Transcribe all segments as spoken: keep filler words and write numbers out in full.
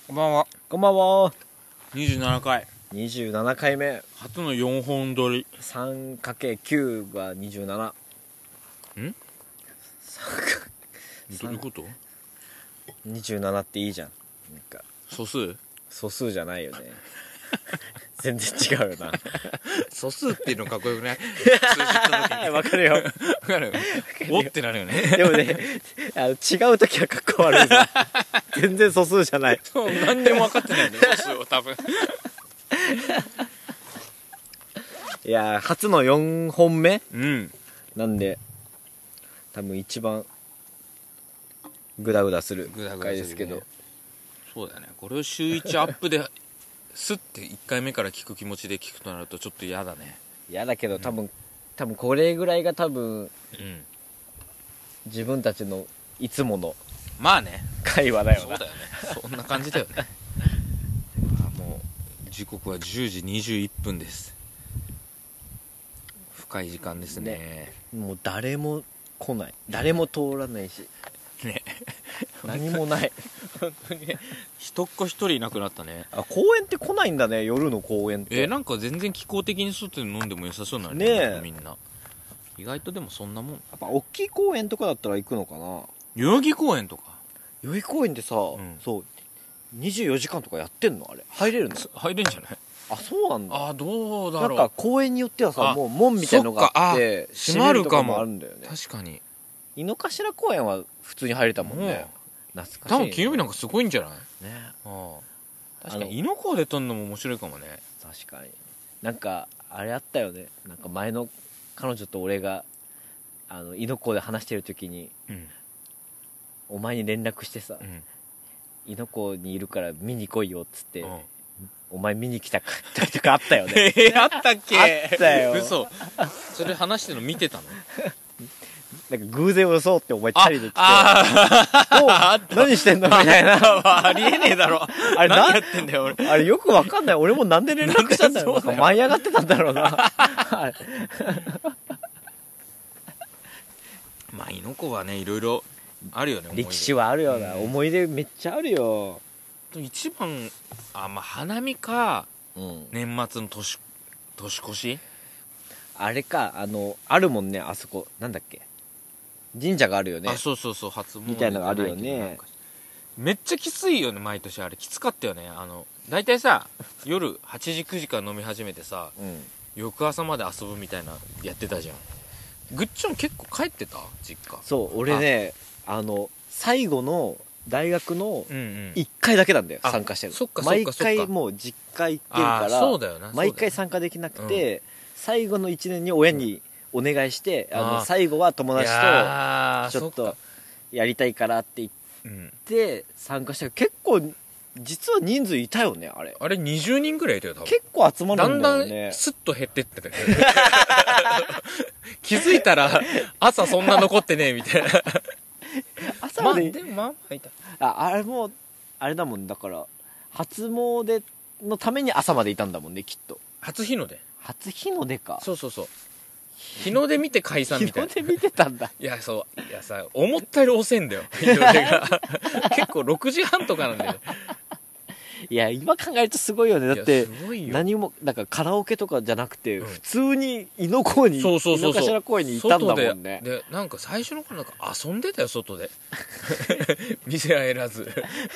こんばんは。 こんばんは。 にじゅうななかい。 にじゅうななかいめ。 初のよんほん撮り。 さんかけるきゅう がにじゅうなな。 んどういうこと？ にじゅうななっていいじゃん。なんか素数？ 素数じゃないよね。全然違うよな。 素数っていうのかっこよくない？数字った時に。 わかるよ。 わかるよ。おってなるよね。 でもね、あの違う時はかっこ悪いぞ。全然素数じゃない。 そう、何にも分かってないよね、素数を多分。 いやー、初のよんほんめうん。 なんで、多分一番グダグダするグダグダするね回ですけど。 そうだよね。これを週いちアップで、スッていっかいめから聞く気持ちで聞くとなるとちょっと嫌だね。 嫌だけど、多分、多分これぐらいが多分うん。 自分たちのいつものまあね。 会話だよな。 そうだよね。そんな感じだよね。あ、もう時刻はじゅうじにじゅういっぷんです。深い時間ですね。 もう誰も来ない、誰も通らないしね。 何もない。 本当に人っ子一人いなくなったね。 あ、公園って来ないんだね、夜の公園って。 えー、なんか全然気候的に外で飲んでも良さそうなのねえみんな。意外とでもそんなもん。 やっぱ大きい公園とかだったら行くのかな。 代々木公園とか代々木公園ってさ、 んそうにじゅうよじかんとかやってんの？あれ入れるの？ 入れんじゃない？ あ、そうなんだ。 あー、どうだろう。 なんか公園によってはさ、 あもう門みたいのがあってそっか、あ閉まるかも閉めとあるんだよね。 確かに。 井の頭公園は普通に入れたもんね。懐かしいね。 多分金曜日なんかすごいんじゃない？ ね。 ああ、確かあのに猪子で撮るのも面白いかもね。 確かに。なんかあれあったよね。なんか前の彼女と俺があの猪子で話してる時にうんお前に連絡してさ、 うん猪子にいるから見に来いよっつって、 うんお前見に来たかったりとかあったよね。 えー、あったっけ？ あったよ嘘。それ話してるの見てたの？ なんか偶然嘘ってお前チャリで来て、 あおう何してんのみたいな。 あありえねえだろ。 あれな何やってんだよ俺。 あれよくわかんない。俺もなんで連絡したんだろう。 なんでそうだよなんか舞い上がってたんだろうな。あれまあ猪子はねいろいろあるよね。思い出歴史はあるよな、 うん思い出めっちゃあるよ。 一番あまあ花見かうん、 年末の年年越し。 あれか、あのあるもんね、あそこなんだっけ、神社があるよね。 あそうそうそう初詣みたいなのあるよねじゃないけどなんかめっちゃきついよね毎年。あれきつかったよね。あの大体さ夜はちじくじから飲み始めてさうん翌朝まで遊ぶみたいなやってたじゃん。グッチョン結構帰ってた実家？ そう俺ね、あの最後の大学のうんうんいっかいだけなんだよ、 あ参加してるの。 そっかそっか毎そっか回もう実家行ってるかあーらそうだよな。 毎回参加できなくて、最後のいちねんに親にお願いして、あの最後は友達とちょっとやりたいからって言っうん、 て参加したけど、結構実は人数いたよね。あれあれにじゅうにんぐらいいたよ多分。 結構集まだんだんるんだよね。 スッと減ってってたよ気づいたら朝そんな残ってねえみたいな朝まで、 まあでもまあまあいた。 ああれもあれだもん、だから初詣のために朝までいたんだもんね、きっと。 初日の出。 初日の出か。 そうそうそう日の出見て解散日みたいな。 の出見てたんだ。 いやそういやさ思ったより遅いんだよ日の出が結構ろくじはんとかなんだよ。 いや今考えるとすごいよね。だっいやてすごいよ。 何もだからカラオケとかじゃなくて、 うん普通に井の公に、 そうそうそうそう井の頭公園にいたんだもん外ね。 ででなんか最初の頃なんか遊んでたよ外で店入らず。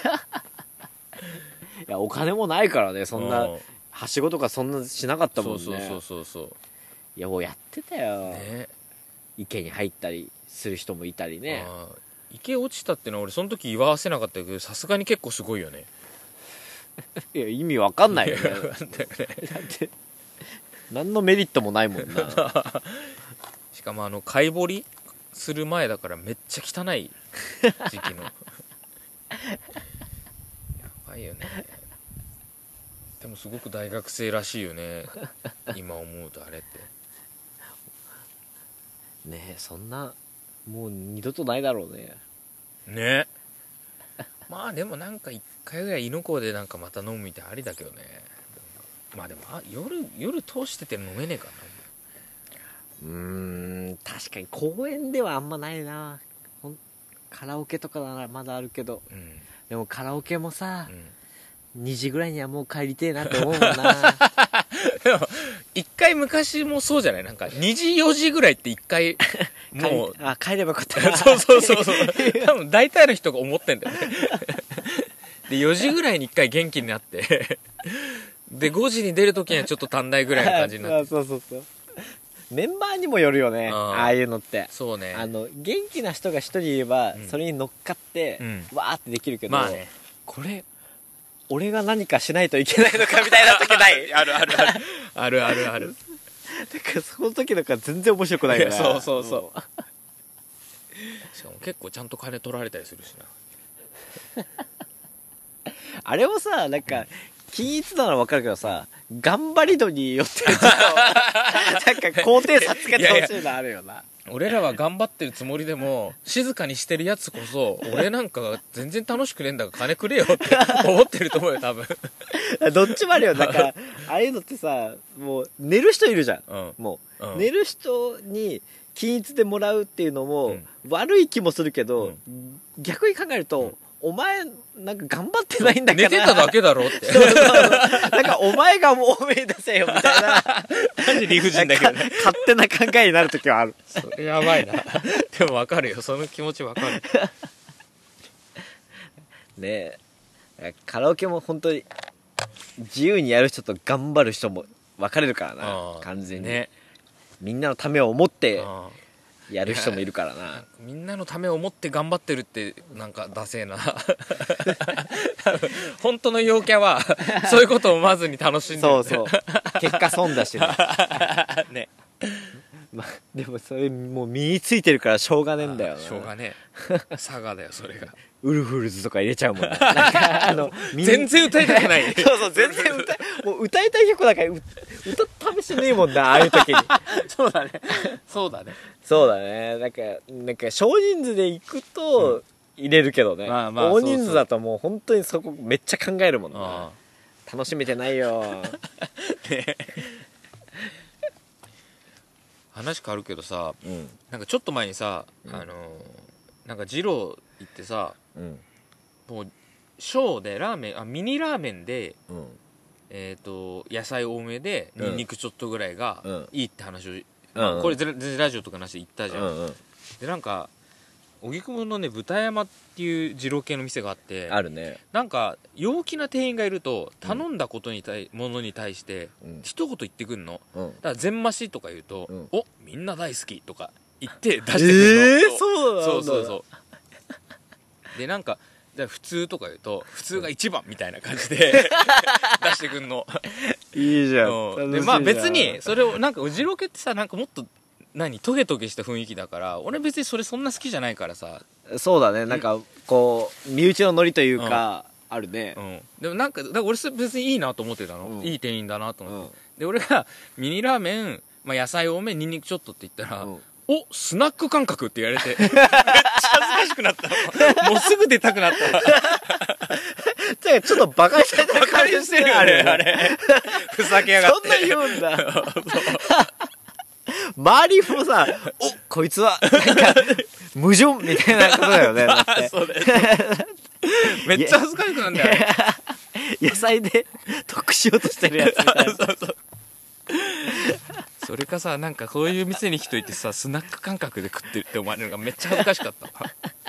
いやお金もないからね、そんなうんはしごとかそんなしなかったもんね。 そうそうそうそうそういやもうやってたよ、 ね。 池に入ったりする人もいたりね。 あー池落ちたってのは俺その時祝わせなかったけどさすがに結構すごいよね。 いや意味わかんないよね。 いやわかんないよねだって何のメリットもないもんな。 しかもあの貝掘りする前だからめっちゃ汚い時期のやばいよね。でもすごく大学生らしいよね今思うとあれってねえ、そんなもう二度とないだろうね。 ね。まあでもなんか一回ぐらい猪子でなんかまた飲むみたいなありだけどね。まあでもあ夜夜通してて飲めねえかうーん、確かに公園ではあんまないな。ほんカラオケとかならまだあるけど、 な。うんでもカラオケもさ、 うんにじぐらいにはもう帰りてえなって思うもんなでも一回昔もそうじゃない、なんかにじよじぐらいって一回もうあ帰ればよかったなそうそうそうそう多分大体の人が思ってんだよねでよじぐらいに一回元気になってでごじに出るときにはちょっと短大ぐらいの感じになってそうそうそうメンバーにもよるよね、ああいうのって。 そうね、 あの元気な人が一人いれば、うん、それに乗っかって、うん、わーってできるけど、まあね、これ俺が何かしないといけないのかみたいな時ないあるあるあるあるあるあるだからその時なんか全然面白くないよねそうそうそうしかも結構ちゃんと金取られたりするしなあれもさなんか、うん、均一なの分かるけどさ頑張り度によってちょっとなんか高低差つけてほしいのあるよな。いやいや俺らは頑張ってるつもりでも静かにしてるやつこそ俺なんかが全然楽しくねえんだから金くれよって思ってると思うよ多分どっちもあるよ。だからああいうのってさもう寝る人いるじゃん、うん、もう、うん、寝る人に均一でもらうっていうのも、うん、悪い気もするけど、うん、逆に考えると、うんお前なんか頑張ってないんだから寝てただけだろってそうそうそうなんかお前がもう多めに出せよみたいなマジ理不尽だけどね勝手な考えになるときはある。 それやばいなでも分かるよその気持ち分かるねえカラオケも本当に自由にやる人と頑張る人も分かれるからな完全に、ね、みんなのためを思ってやる人もいるからな。 みんなのためを思って頑張ってるってなんかダセえな本当の陽キャはそういうことをまずに楽しんでるそうそう結果損だしねねまあ、でもそれもう身についてるからしょうがねえんだよな。 しょうがねえ佐賀だよそれがウルフルズとか入れちゃうもんねなんかあの全然歌いたくないそうそう全然歌いもう歌いたい曲だから歌試しねえもんなああいう時にそうだねそうだねそうだねなんかなんか少人数で行くと入れるけどね、うんまあまあ、大人数だともう本当にそこめっちゃ考えるもんな。楽しめてないよね話変わるけどさ、うん、なんかちょっと前にさ、うん、あのなんか二郎行ってさ、うん、もう小でラーメンあミニラーメンで、うん、えっ、ー、と野菜多めでニンニクちょっとぐらいがいいって話を、うんまあ、これ全然ラジオとかなしで言ったじゃん、うんうん、でなんか荻窪のね豚山っていう二郎系の店があってあるね。 なんか陽気な店員がいると頼んだことに対、うん、ものに対して一言言ってくんの、うん、だから全増しとか言うと、うん、おみんな大好きとか言って出してくるの、 えー、そうなんだ。 そうそうそうでなんか普通とか言うと普通が一番みたいな感じで出してくんのいいじゃん、 うん、でまあ別にそれをなんかうじろけってさなんかもっと何トゲトゲした雰囲気だから俺別にそれそんな好きじゃないからさ。 そうだねなんかこう身内のノリというか、うん、あるね、 うん、でもなんかだから俺別にいいなと思ってたの、うん、いい店員だなと思って、うん、で俺がミニラーメン、まあ、野菜多めニンニクちょっとって言ったら、うん、おスナック感覚って言われてめっちゃ恥ずかしくなったもうすぐ出たくなったちょっとバカにされてる感じしてるよねあれふざけやがってそんな言うんだ周りもさおこいつはなんか矛盾みたいなことだよねだってそうだよめっちゃ恥ずかしくなんだよ野菜で得しようとしてるやつみたいなそうそうそれかさなんかこういう店に来といてさスナック感覚で食ってるって思われるのがめっちゃ恥ずかしかった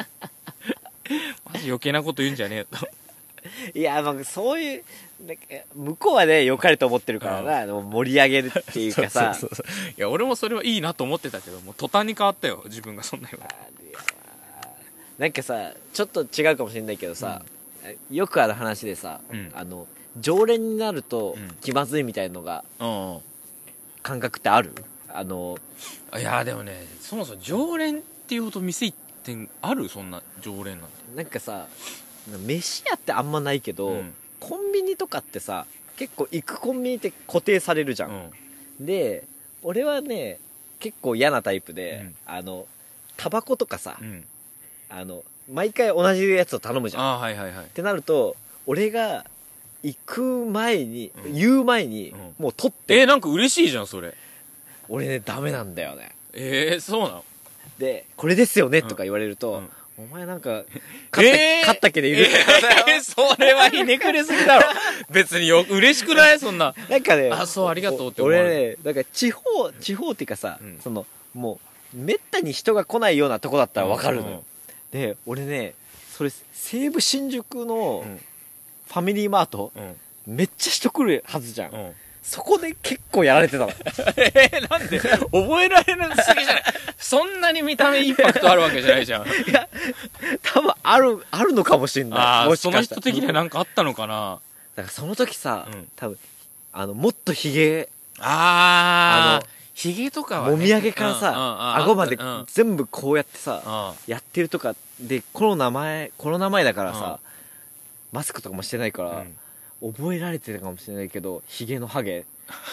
マジ余計なこと言うんじゃねえといやまあそういうなんか向こうはね良かれと思ってるからな、うん、盛り上げるっていうかさそうそうそういや俺もそれはいいなと思ってたけどもう途端に変わったよ自分がそんなよなんかさちょっと違うかもしれないけどさ、うん、よくある話でさ、うん、あの常連になると気まずいみたいのが、うん、感覚ってある？あのいやでもねそもそも常連っていうほど店行ってあるそんな常連なんてなんかさ飯屋ってあんまないけど、うん、コンビニとかってさ結構行くコンビニって固定されるじゃん、うん、で俺はね結構嫌なタイプで、うん、あのタバコとかさ、うん、あの毎回同じやつを頼むじゃんあ、はいはいはい、 ってなると俺が行く前に、うん、言う前に、うん、もう取ってえー、なんか嬉しいじゃんそれ俺ねダメなんだよねえー、そうなのでこれですよねとか言われると、うんお前なんか勝った、えー、勝った気でいる、 えー、それはひねくれすぎだろ別によ嬉しくないそんななんかね、 あそうありがとうって思う。 俺ねなんか地方地方っていうかさ、うん、そのもうめったに人が来ないようなとこだったら分かるのよ、うんうん、で俺ねそれ西武新宿のファミリーマート、うん、めっちゃ人来るはずじゃん、うん、そこで結構やられてたのえー、なんで覚えられなすぎじゃないそんなに見た目インパクトあるわけじゃないじゃんいや多分あるあるのかもしんない。 あもしかしたらその人的には何かあったのかな。 だからその時さ、うん、多分あのもっとヒゲああヒゲとかは、ね、 もみあげからさ、うんうん、顎まで全部こうやってさ、うん、やってるとかでコロナ前コロナ前だからさ、うん、マスクとかもしてないから、うん、覚えられてるかもしれないけどヒゲのハゲ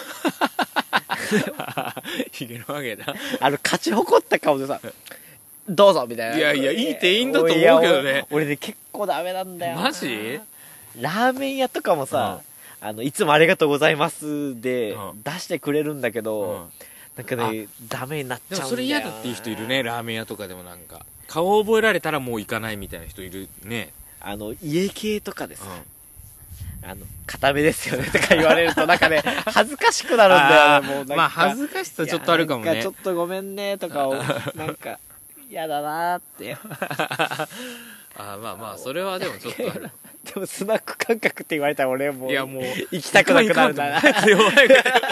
ヒゲのハゲだあの勝ち誇った顔でさどうぞみたいな。 いやいやいい店員だと思うけどね。 俺ね結構ダメなんだよ。 マジ？ ラーメン屋とかもさ、うん、あのいつもありがとうございますで出してくれるんだけど、うん、なんかねダメになっちゃうんだよ。でもそれ嫌だっていう人いるね。ラーメン屋とかでもなんか顔覚えられたらもう行かないみたいな人いるね。 あの家系とかでさ、うん、あの固めですよねとか言われるとなんかね恥ずかしくなるんだよね。もうなんかまあ恥ずかしさちょっとあるかもね。 なんかちょっとごめんねとかをなんか嫌だなーってあまあまあそれはでもちょっとあるでもスナック感覚って言われたら俺もういやもう行きたくなくなるんだな。弱い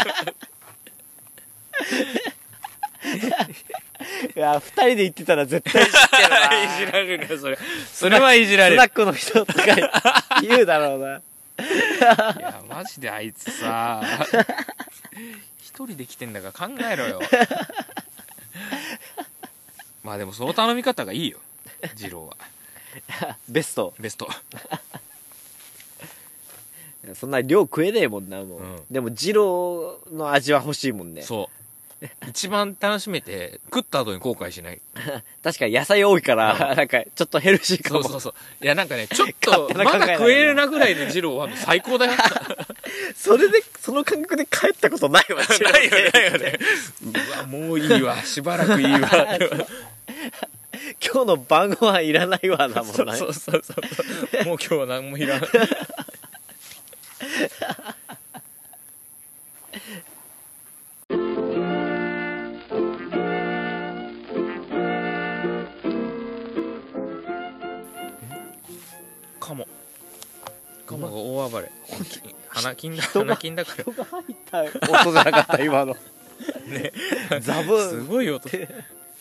いやふたりで行ってたら絶対知ってるな。 いじられるよそれそれはいじられる。 スナックの人とか言うだろうな。いやマジであいつさ一人で来てんだから考えろよ。まあでもその頼み方がいいよ二郎はベストベストそんな量食えねえもんなもう、うん、でも二郎の味は欲しいもんね。 そう一番楽しめて食った後に後悔しない確かに野菜多いから、うん、なんかちょっとヘルシーかも。 そうそうそういやなんかねちょっとまだ食えるなぐらいで二郎は最高だよそれでその感覚で帰ったことないわないよねないよねうわもういいわしばらくいいわ今日の晩ご飯いらないわだもんね。 そうそうそうそうもう今日は何もいらないカモカモが大暴れ花金だ花金だから人が入った音じゃなかった今のねザブーンすごい音で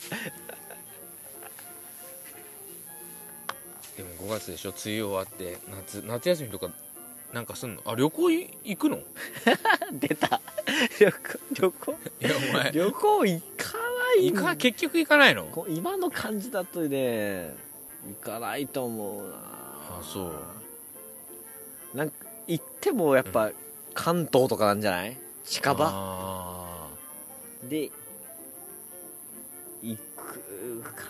もごがつでしょ梅雨終わって夏夏休みとかなんかすんの。あ旅行行くの出た旅行旅行いやお前旅行行かない行か結局行かないの。 今の感じだとね行かないと思うな。 あそうなんか行ってもやっぱ関東とかなんじゃない。近場あで行くか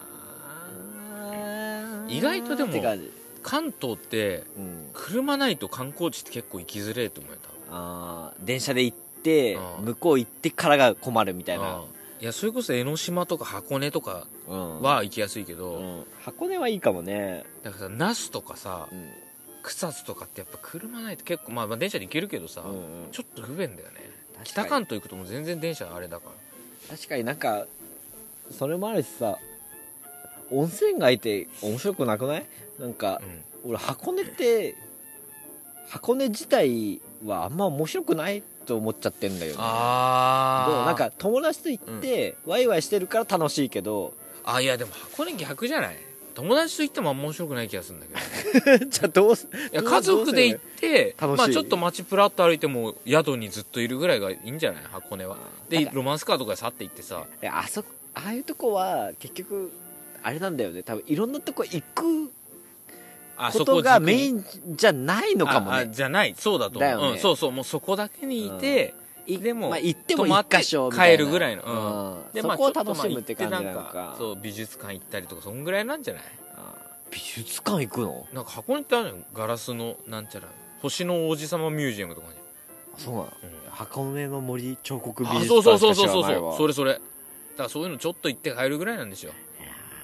な。 意外とでも関東って車ないと観光地って結構行きづれえと思えた。 あ電車で行って向こう行ってからが困るみたいな。 いやそれこそ江ノ島とか箱根とかは行きやすいけど、うんうん、 箱根はいいかもね。 だからさ那須とかさ、うん、草津とかってやっぱ車ないと結構、まあ、まあ電車で行けるけどさ、うんうん、ちょっと不便だよね。北関東行くともう全然電車あれだから。 確かになんかそれもあるしさ温泉街って面白くなくない？なんか、うん、俺箱根って箱根自体はあんま面白くないと思っちゃってんだよね。 ああなんか友達と行って、うん、ワイワイしてるから楽しいけど。 あいやでも箱根逆じゃない。友達と行ってもあんま面白くない気がするんだけどじゃあどうすいや家族で行ってまあちょっと街プラッと歩いても宿にずっといるぐらいがいいんじゃない箱根は。でロマンスカーとかで去って行ってさいやあそああいうとこは結局あれなんだよね多分いろんなとこ行くことがメインじゃないのかもね。 あじゃないそうだと思う、ねうん、そうそうもうそこだけにいて、うん、でも、 まあ、行っても一箇所みたいな帰るぐらいの、うんうん、でそこを楽しむって感じなのか、 まあ、そう美術館行ったりとかそんぐらいなんじゃない。 美術館行くのなんか箱根ってあるのガラスのなんちゃら星の王子様ミュージアムとかに。 そうなの、うん、箱根の森彫刻美術館そうそうそうそうそうそれそれだからそういうのちょっと行って帰るぐらいなんですよ。 美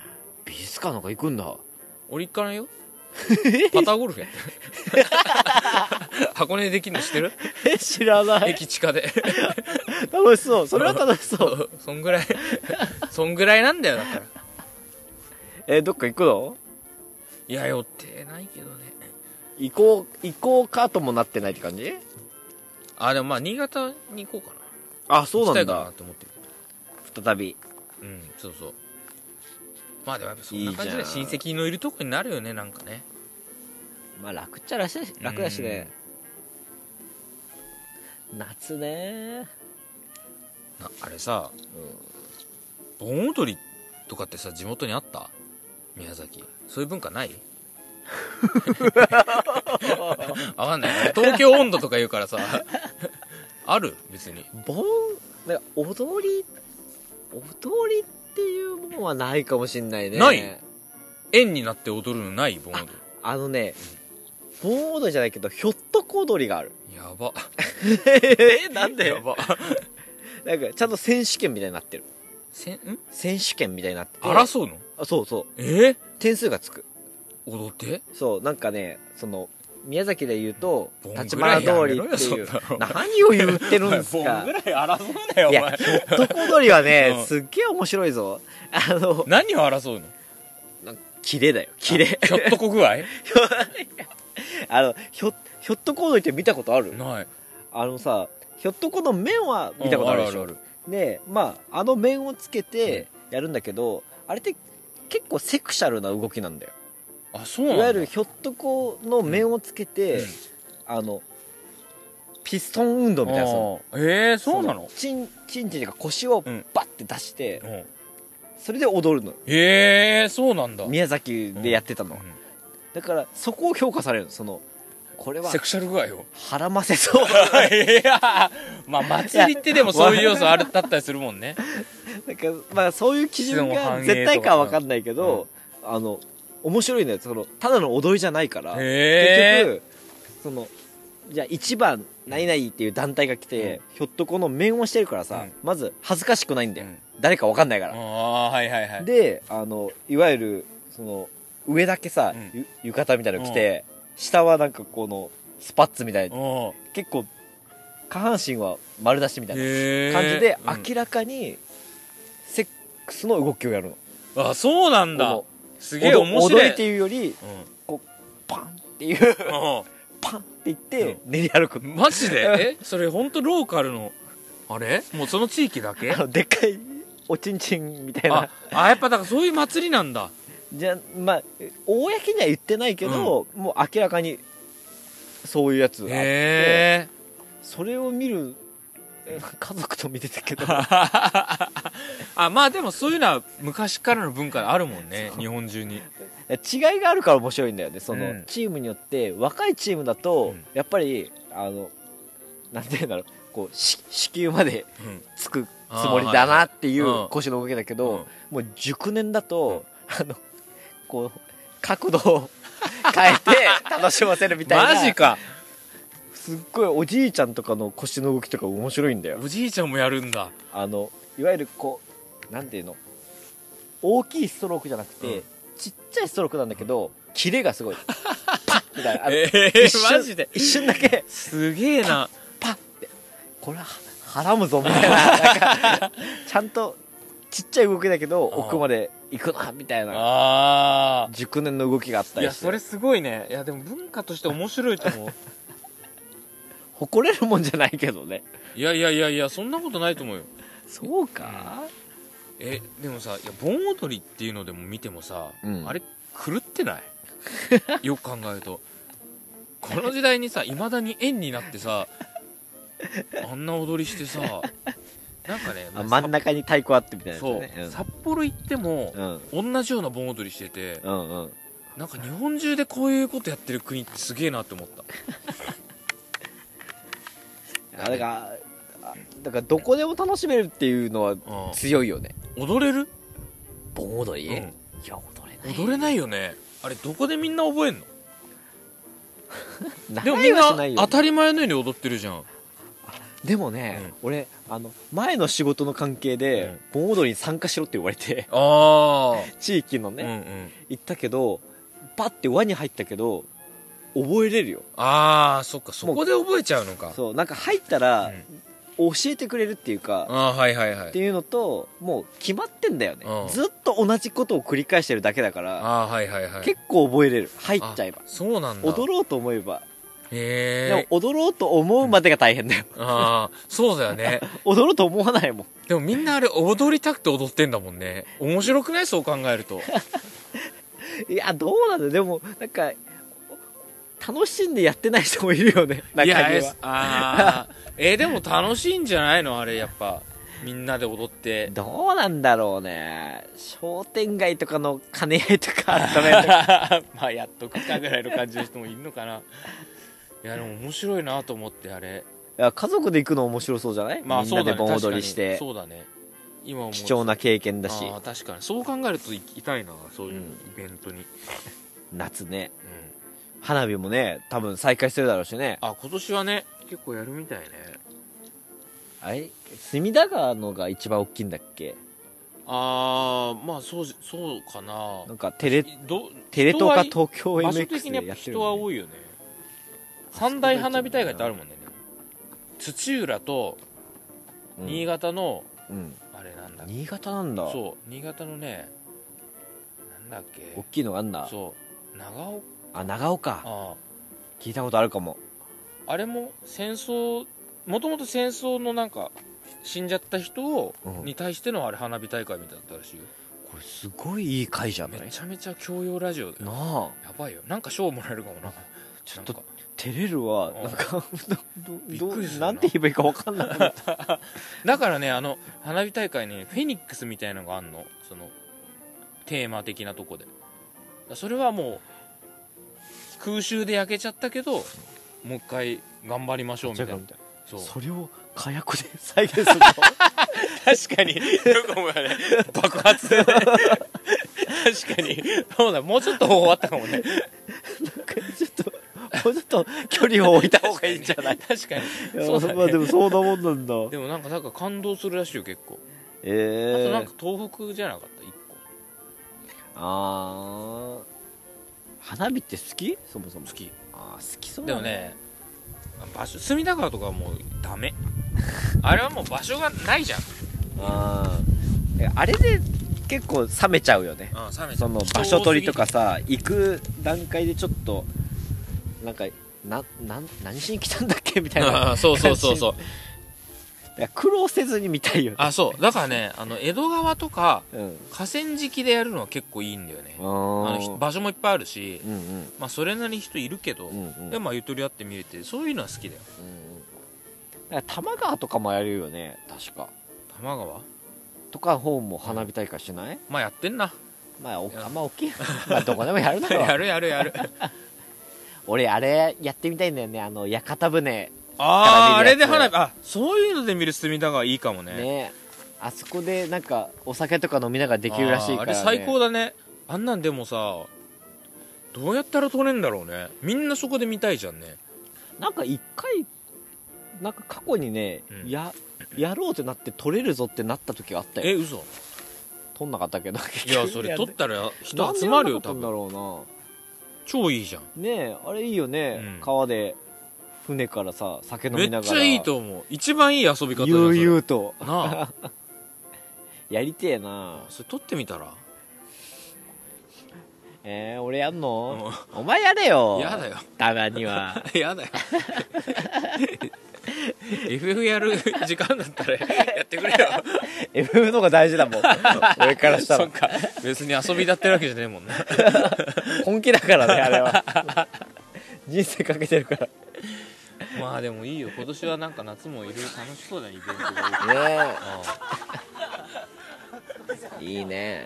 美術館なんか行くんだ。 俺行かないよ。パターゴルフやってる。箱根でできるの知ってる？ え、知らない。 駅地下で。 楽しそう。それは楽しそう。 そんぐらいそんぐらいなんだよ。だからえ、どっか行くの？ いや、予定ないけどね。 行こう行こうかともなってないって感じ？ あ、でもまあ新潟に行こうかな。 あ、そうなんだ。 行きたいかなって思ってる。 再び。 うん、そうそう。まあでもやっぱそんな感じで親戚のいるとこになるよね、なんかね。 まあ楽っちゃ楽だし、楽だしね。夏ね。 なあれさ、うん、盆踊りとかってさ、地元にあった？宮崎。そういう文化ない？わかんない。東京温度とか言うからさ。ある？別に。 盆、なんか踊り、踊りっていうものはないかもしんないね。 ない？円になって踊るのない？盆踊り。 あ, あのね、うん、盆踊りじゃないけど、ひょっとこ踊りがある。 やば。 えー、なんで？ やば。 なんかちゃんと選手権みたいになってる。 せん選手権みたいになってて。 争うの？ あ、そうそう。 えー、 点数がつく。 踊って？ そう、なんかね、その宮崎で言うと立花通りっていう。何を言ってるんですか。 ボンぐらい争うなよお前。 いや、ひょっとこ踊りはね、うん、すっげえ面白いぞ。あの何を争うの？ キレだよ、キレ。 ひょっとこ具合？ あのひょひょっとこ踊りって見たことある？ ない。 あのさ、ひょっとこの面は見たことあるでしょ。あるあるある。で、まああの面をつけてやるんだけど、うん、あれって結構セクシャルな動きなんだよ。 あ、そうなんだ。 いわゆるひょっとこの面をつけて、うん、あのピストン運動みたいな。 えー、そうなの？ チンチンチンが腰をバッて出して、うん、それで踊るの。 えー、そうなんだ。 宮崎でやってたの、うんうん、だからそこを評価されるの。そのこれはセクシャル具合をはらませそう。 いや、まあ祭りってでもそういう要素あるだったりするもんね。 なんかまあそういう基準が絶対かは分かんないけど、うん、あの面白いね。そのただの踊りじゃないから、結局そのじゃあいちばん何々っていう団体が来て、うん、ひょっとこの面をしてるからさ、うん、まず恥ずかしくないんだよ、うん、誰か分かんないから。 あ、はいはいはい、 で、あのいわゆるその上だけさ、うん、浴衣みたいなの着て、下はなんかこのスパッツみたいな、結構下半身は丸出しみたいな感じで、明らかにセックスの動きをやるの。 あ、そうなんだ。すげえ面白い。 踊りっていうより、うん、こうパンっていうパンっていって練り歩く。 マジで？え、それ本当ローカルのあれ？もうその地域だけ？ あのでっかいおちんちんみたいな。 ああ、やっぱだからそういう祭りなんだ。 じゃあまあ公には言ってないけど、うん、もう明らかにそういうやつがあって、へー、それを見る家族と見てたけど。 あ、まあでもそういうのは昔からの文化あるもんね、日本中に。 違いがあるから面白いんだよね。その、うん、チームによって若いチームだと、うん、やっぱりあのなんていうんだろう、こう子宮までつくつもりだなっていう腰の動きだけど、うん、もう熟年だと、うん、あのこう角度を変えて楽しませるみたいな。 マジか。 すっごいおじいちゃんとかの腰の動きとか面白いんだよ。 おじいちゃんもやるんだ。 あのいわゆるこうなんていうの、大きいストロークじゃなくて、うん、ちっちゃいストロークなんだけど、キレがすごい。パッみたいな。あの、えー、一瞬マジで一瞬だけすげえな。 パッってこれははらむぞみたいな。なんかちゃんとちっちゃい動きだけど奥まで行くなみたいな。ああ、熟年の動きがあったりして。 いやそれすごいね。いやでも文化として面白いと思う。 誇れるもんじゃないけどね。 いやいやいやいや、そんなことないと思うよ。 そうか。 え、でもさ、いや盆踊りっていうのでも見てもさ、うん、あれ狂ってない？よく考えるとこの時代にさ、いまだに円になってさ、あんな踊りしてさ、なんかね、 あ、真ん中に太鼓あってみたいな、ね、 そう、うん、札幌行っても、うん、同じような盆踊りしてて、うんうん、なんか日本中でこういうことやってる国ってすげえなって思った。 あ、だからだからどこでも楽しめるっていうのは強いよね。 踊れる？ 盆踊り、うん、いや踊れない。 踊れないよね。あれどこでみんな覚えんの？でもみんな当たり前のように踊ってるじゃん。 ででもね、うん、俺あの前の仕事の関係で、うん、盆踊りに参加しろって言われてあ地域のね、うんうん、行ったけどパッて輪に入ったけど覚えれるよ。 ああそっか、そこで覚えちゃうのか。 そうなんか入ったら、うん、教えてくれるっていうか、 あ、はいはいはい、 っていうのともう決まってんだよね、うん、ずっと同じことを繰り返してるだけだから、 あ、はいはいはい、 結構覚えれる。入っちゃえば。 そうなんだ。 踊ろうと思えば。 へえ。 でも踊ろうと思うまでが大変だよ、 うん、ああそうだよね踊ろうと思わないもん。 でもみんなあれ踊りたくて踊ってんだもんね。面白くない？そう考えるといやどうなんだよ。でもなんか楽しんでやってない人もいるよね、中には。いやあえー、でも楽しいんじゃないのあれ。やっぱみんなで踊って。 どうなんだろうね。商店街とかの兼ね合いとかあったねまあやっとくかぐらいの感じの人もいるのかな。いやでも面白いなと思って。あれいや家族で行くの面白そうじゃない、まあ、みんなで盆踊りして。 そうだね、 今も貴重な経験だし。 あ確かにそう考えると行きたいな、そういうイベントに、うん、 夏ね、うん、花火もね多分再開するだろうしね。 あ今年はね結構やるみたいね。 あれ隅田川のが一番大きいんだっけ。 ああまあそうそうかな。 なんかテレテレ東か東京 エムエックス でやってる、ね、 場所的に人は多いよね。三大花火大会ってあるもんね。土浦と新潟の、うん、あれなんだっけ。 新潟なんだ。 そう新潟のねなんだっけ大きいのがあんだ。 そう長岡。 あ長岡。あ聞いたことあるかも。 あれも戦争もともと戦争のなんか死んじゃった人を、うん、に対してのあれ花火大会みたいだったらしいよ。 これすごいいい回じゃない。 めちゃめちゃ教養ラジオだよなあ。やばいよ。なんか賞もらえるかもな。 ちょっと照れるわ。なんかどどなんて言えばいいか分かんなくなっただからねあの花火大会にフェニックスみたいなのがあんの。そのテーマ的なとこでそれはもう空襲で焼けちゃったけどもう一回頑張りましょうみたいな。 そう、それを火薬で再現するの確かによく思うよね爆発で確かにそうだ。もうちょっと終わったかもね。 なんかちょっともうちょっと距離を置いた方がいいんじゃない。 確かにそうだね。まあでもそうなもんなんだ。 でもなんかなんか感動するらしいよ結構。 ええー、 あとなんか東北じゃなかったいっこ。 ああ花火って好き？そもそも好き。 ああ好きそうだね。 でもね場所隅田川とかはもうダメあれはもう場所がないじゃん。 ああれで結構冷めちゃうよね。 ああ冷めちゃう。 その場所取りとかさ行く段階でちょっとなんかなな何しに来たんだっけみたいな。 そうそうそうそう。 いや苦労せずに見たいよね。 あそうだからねあの江戸川とか、うん、河川敷でやるのは結構いいんだよね。あの場所もいっぱいあるし、うんうん、まあそれなりに人いるけど、うんうん、でもまあゆとりあって見れてそういうのは好きだよ。 うんうん、多摩川とかもやるよね確か。 多摩川とか方も花火大会しない？ まあやってんな。 まああんま大きいまあどこでもやるだろやるやるやる俺あれやってみたいんだよね。あの屋形船。 あああれで花火。あそういうので見る隅田川いいかもね。 ねあそこでなんかお酒とか飲みながらできるらしいから、ね、 あれ最高だね。あんなんでもさどうやったら撮れんだろうね。みんなそこで見たいじゃんね。 なんか一回なんか過去にね、うん、ややろうってなって撮れるぞってなった時があったよ。 え嘘撮んなかったけどいやそれ撮ったら人集まるよ多分。 なんでやんなかったんだろうな。 超いいじゃんねえあれいいよね、うん、川で船からさ酒飲みながら。 めっちゃいいと思う。一番いい遊び方だよ悠々となあやりてえな。 それ撮ってみたら。 えー、俺やんの、うん、お前やれよ。 やだよたまにはやだよエフエフ やる時間だったらやってくれよエフエフ の方が大事だもん俺からしたら。 そっか別に遊びだってるわけじゃねえもんね本気だからねあれは人生かけてるから。 まあでもいいよ今年はなんか夏もいろいろ楽しそうなイベントがねえいいね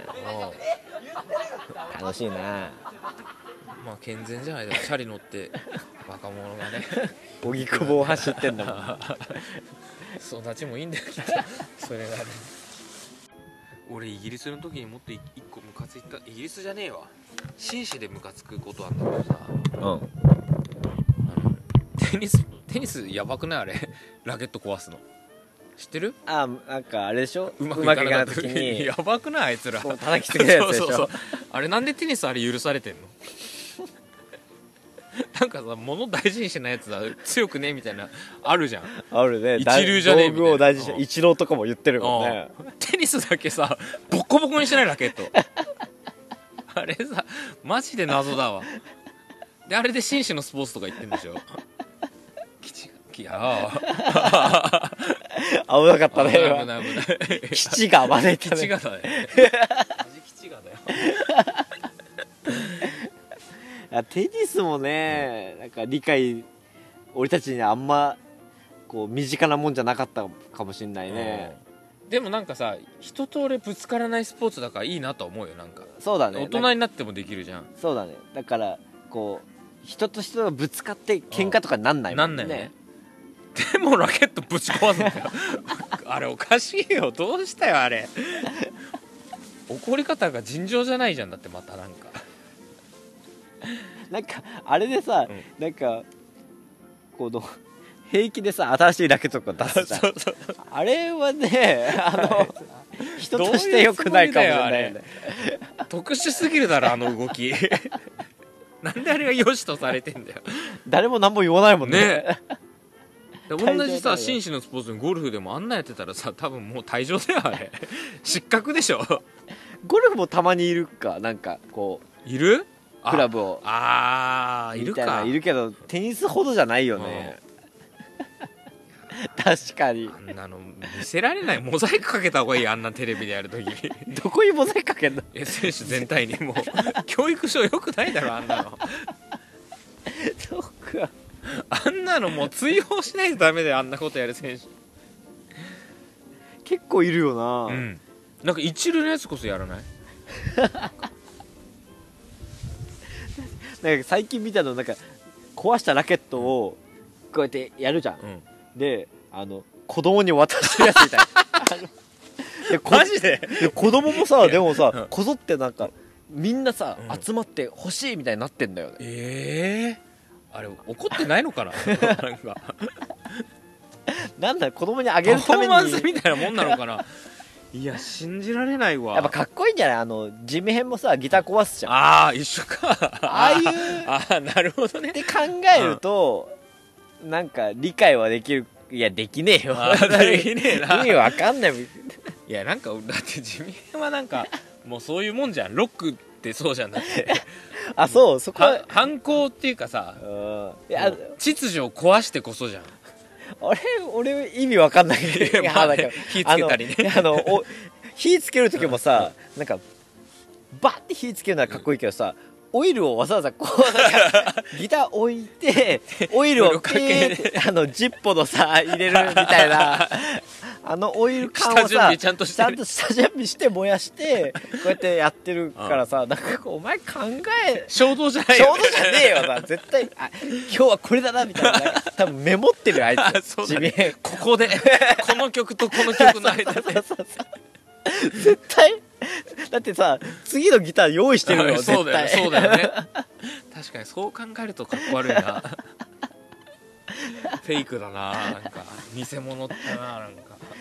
楽しいな。 まあ健全じゃないでもチャリ乗って若者がね荻窪を走ってんだもん育ちもいいんだよきっとそれがね。俺イギリスの時にもっと一個ムカついた。イギリスじゃねえわ紳士でムカつくことあったけどさ、うん、あのテニステテニスやばくないあれラケット壊すの知ってる？ あ、なんかあれでしょ、 うまくうまくいいかなかったかない時にやばくないあいつらこう叩きつけるやつでしょ。 そうそうそうあれなんでテニスあれ許されてんのなんかさ物大事にしてないやつだ強くねみたいなあるじゃん。 あるね、 一流じゃねえみたいな道具を大事にうんして一郎とかも言ってるもんね。 テニスだけさボッコボコにしてないラケットあれさマジで謎だわ。であれで紳士のスポーツとか言ってんでしょきちきや危なかったね。 危ない危ない危ない基地が招いたね。 基地がだねマジ基地がだよいやテニスもね、なんか理解俺たちにあんまこう身近なもんじゃなかったかもしんないね。 でもなんかさ人と俺ぶつからないスポーツだからいいなと思うよ。なんかそうだね、 大人になってもできるじゃん。 そうだね、だからこう人と人がぶつかって喧嘩とかなんないもんね。 なんないね。でもラケットぶち壊すんだよあれおかしいよ。どうしたよあれ怒り方が尋常じゃないじゃん。だってまたなんかなんかあれでさ、 うん、 なんかこの平気でさ新しいラケットとか出すじゃん。 そうそうあれはねあの人として良くないかもしれないよね。 特殊すぎるだろあの動きなんであれが良しとされてんだよ誰も何も言わないもんね。 ね同じ退場だよさ紳士のスポーツにゴルフでもあんなやってたらさ多分もう退場だよあれ失格でしょ。 ゴルフもたまにいるか、なんかこういるクラブをああーいるみたいなかいるけどテニスほどじゃないよね。確かにあんなの見せられない。モザイクかけた方がいい。あんなテレビでやるときどこにモザイクかけんの。 え選手全体にもう教育書よくないだろあんなのそっか、 あんなのもう追放しないとダメだよ。あんなことやる選手。 結構いるよな、 うん、なんか一流のやつこそやらない。 なんか最近見たの、なんか壊したラケットをこうやってやるじゃん、 うんであの子供に渡してるやつみたいなあのでこマジでで子供もさでもさ、 うんこぞってなんかみんなさ、 うん集まって欲しいみたいになってんだよね。 ええー、あれ怒ってないのかななんかなんだ子供にあげパフォるためにーマンスみたいなもんなのかないや信じられないわ。 やっぱかっこいいんじゃない。あの地味編もさギター壊すじゃん。あああ一緒かあいうああなるほどねって考えると、うん、なんか理解はできる。いやできねえよ。 あーできねえな意味わかんないもん。 いやなんかだって地味編はなんかもうそういうもんじゃん。ロックってそうじゃん。だってあそうそこはは反抗っていうかさ、 うんいや秩序を壊してこそじゃん。 俺俺意味わかんないけどいやまあね火つけたりねあのあのお火つける時もさなんかバッて火つけるのはかっこいいけどさ、オイルをわざわざこうなんかギター置いてオイルをピーってあのジッポのさ入れるみたいなあのオイル缶をさ下準備ちゃんとしてるちゃんと下準備して燃やしてこうやってやってるからさ、なんかこうお前考え衝動じゃないよ、 ちょうどじゃねえよな絶対あ今日はこれだなみたいな、なんか多分メモってるあいあつそうだね地味ここでこの曲とこの曲の間でそうそうそう絶対だってさ次のギター用意してるのそう絶対だよねそうだよね確かにそう考えるとかっこ悪いなフェイクだな。なんか偽物ってな。なんか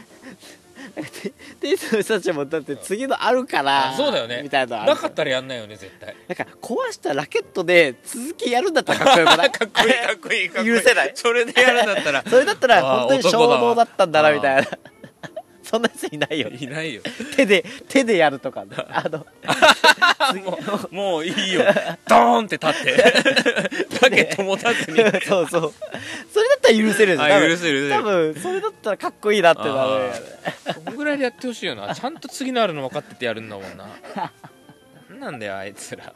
テニスの人たちもだって次のあるからあそうだよねみたいなのあるなかったらやんないよね絶対。 なんか壊したラケットで続きやるんだったらかっこよくないかっこいいかっこいいかっこいい許せないそれでやるんだったらそれだったらあー本当に衝男だわ動だったんだなみたいなそんなやついないよいないよ手で手でやるとかねあのもうもういいよドーンって立ってラケット持たずにそうそうそれだったら許せるじゃんあ多分許せる許せる多分それだったらかっこいいなってなるよねそんぐらいでやってほしいよな。ちゃんと次のあるの分かっててやるんだもんな。なんなんだよあいつら。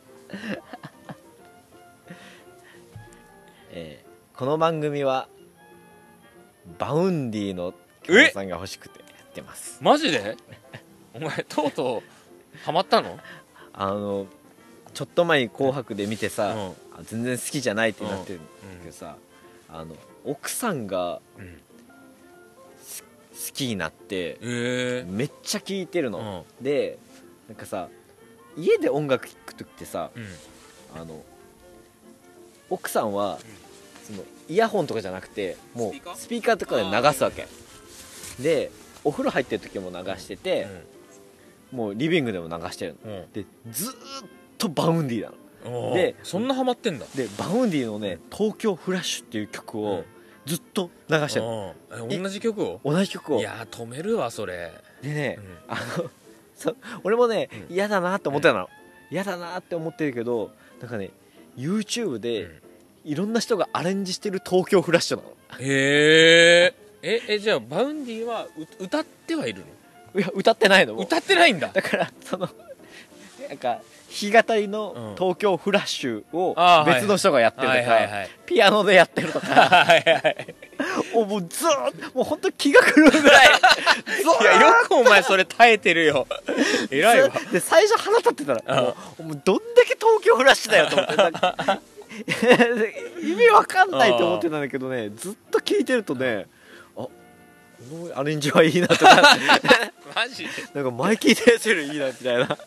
えーこの番組はバウンディの協賛が欲しくてやってます。 マジでお前とうとうハマったの？ あのちょっと前に紅白で見てさ、 うんあ全然好きじゃないってなってるんだけどさ、あの奥さんがうん好きになってえめっちゃ聴いてるー、 の、でなんかさ家で音楽聴く時ってさうんうんあの奥さんはそのイヤホンとかじゃなくてもうスピーカースピーカーとかで流すわけで、お風呂入ってる時も流してて、もうリビングでも流してるの、うん、でずーっとバウンディなので、 そんなハマってんだ。でバウンディのね「東京フラッシュ」っていう曲をずっと流してるの、 うん、同じ曲を同じ曲を。 いや止めるわそれでね、うん、あのそ俺もね嫌、うん、だなって思ってたの、嫌、うん、だなって思ってるけど、なんかね YouTube でいろんな人がアレンジしてる東京フラッシュなの。 へええじゃあバウンディは歌ってはいるの？ いや歌ってないの。 歌ってないんだ。 だからそのなんか弾き語りの東京フラッシュを別の人がやってるとか、ピアノでやってるとか、もうずーっともう本当気が狂うぐらいいやよくお前それ耐えてるよ偉いわ。 で最初腹立ってたらもう、もうどんだけ東京フラッシュだよと思ってなんか意味わかんないと思ってたんだけどね、ずっと聞いてるとね、あこのアレンジはいいなとかマジでなんか前聞いたやつよりいいなみたいな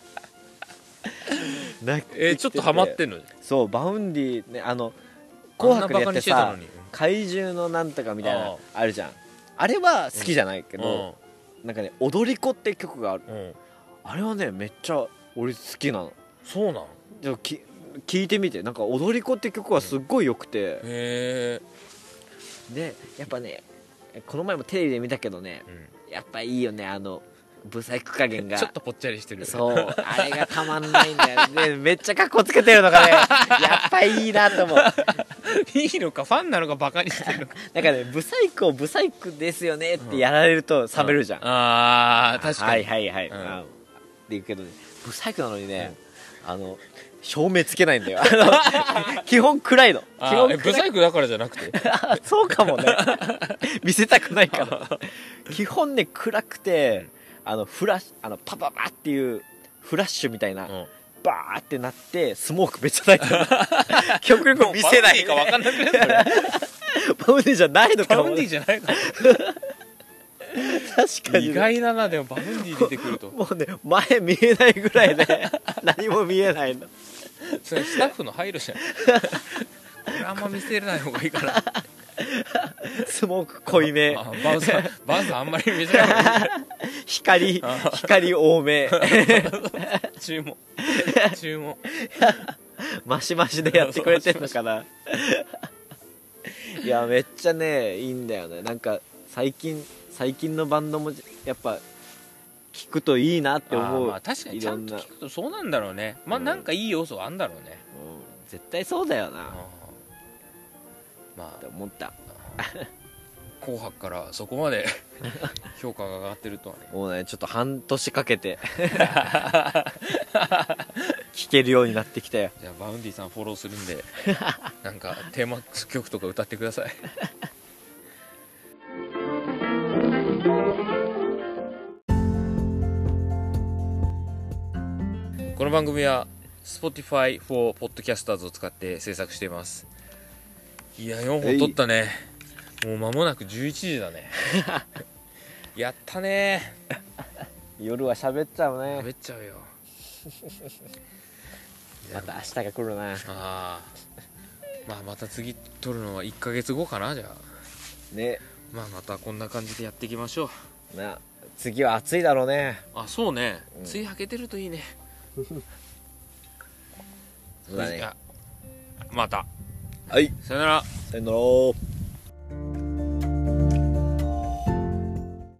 えー、ちょっとハマってんの？ そうバウンディね、あの紅白でやってさ怪獣のなんとかみたいなあるじゃん。あれは好きじゃないけど、うん、なんかね踊り子って曲がある、うん、あれはねめっちゃ俺好きなの。 そうなの？ じゃあき聞いてみて、なんか踊り子って曲はすっごい良くて、うん、へえ。 でやっぱねこの前もテレビで見たけどね、うん、やっぱいいよね、あのブサイク加減がちょっとぽっちゃりしてる。 そうあれがたまんないんだよねめっちゃカッコつけてるのがねやっぱいいなと思ういいのかファンなのかバカにしてるのかなんかねブサイクをブサイクですよねってやられると冷めるじゃん、 うんうん、あー確かにはいはいはい、うん、って言うけどねブサイクなのにね、うん、あの照明つけないんだよあの基本暗いの。基本暗い。 ブサイクだからじゃなくてそうかもね見せたくないから基本ね暗くて、あのフラッシュあのパパパっていうフラッシュみたいな、うん、バーってなってスモークめっちゃ泣いてる極力見せない。 バウンディか分かんなくないそれバウンディじゃないのかも。 バウンディじゃないの確かに、ね、 意外だな。でもバウンディ出てくるともうね前見えないぐらいで、ね、何も見えないの。 それスタッフの配慮じゃんこれあんま見せない方がいいからスモーク濃いめ、 あバウザーバウザーあんまり見せない方がいい光光多め注文注文マシマシでやってくれてんのかな。いやめっちゃねいいんだよね。なんか最近最近のバンドもやっぱ聞くといいなって思う。 あまあ確かにちゃんと聞くとそうなんだろうね。まあなんかいい要素はあんだろうね、 うん、絶対そうだよな。 まあって思った紅白からそこまで評価が上がってるとはね。 もうねちょっと半年かけて聞けるようになってきたよ。 じゃあバウンディさんフォローするんでなんかテーマ曲とか歌ってくださいこの番組は Spotify for Podcasters を使って制作しています。いやよんほん撮ったね。もう間もなくじゅういちじだねやったね夜は喋っちゃうね。 喋っちゃうよまた明日が来るな。 あまあまた次撮るのはいっかげつごかな。じゃあね、まあまたこんな感じでやっていきましょうな。次は暑いだろうね。 あそうね、うん、梅雨明けてるといいねそうだね。 またはいさよなら。 さよなら。